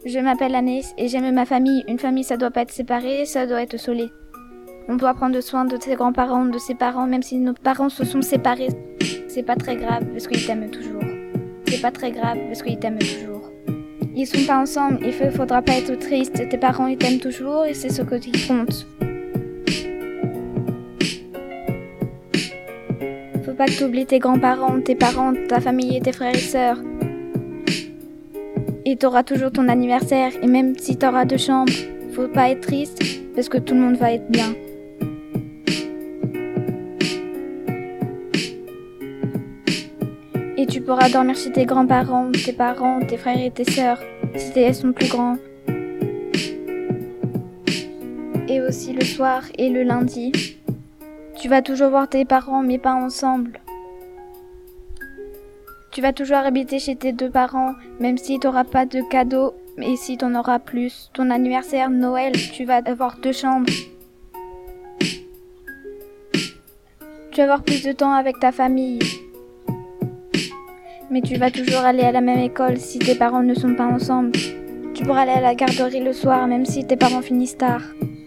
Je m'appelle Anaïs et j'aime ma famille. Une famille, ça doit pas être séparé, ça doit être solide. On doit prendre soin de ses grands-parents, de ses parents, même si nos parents se sont séparés. C'est pas très grave parce qu'ils t'aiment toujours. C'est pas très grave parce qu'ils t'aiment toujours. Ils sont pas ensemble, il faudra pas être triste. Tes parents, ils t'aiment toujours et c'est ce qui compte. Faut pas que t'oublies tes grands-parents, tes parents, ta famille et tes frères et sœurs. Et t'auras toujours ton anniversaire, et même si t'auras 2 chambres, faut pas être triste, parce que tout le monde va être bien. Et tu pourras dormir chez tes grands-parents, tes frères et tes sœurs, si elles sont plus grands. Et aussi le soir et le lundi. Tu vas toujours voir tes parents, mais pas ensemble. Tu vas toujours habiter chez tes 2 parents, même si t'auras pas de cadeaux, mais si t'en auras plus. Ton anniversaire, Noël, tu vas avoir 2 chambres. Tu vas avoir plus de temps avec ta famille. Mais tu vas toujours aller à la même école si tes parents ne sont pas ensemble. Tu pourras aller à la garderie le soir, même si tes parents finissent tard.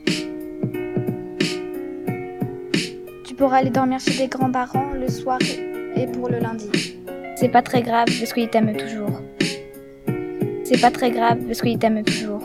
Tu pourras aller dormir chez tes grands-parents le soir et pour le lundi. C'est pas très grave parce qu'ils t'aiment toujours. C'est pas très grave parce qu'ils t'aiment toujours.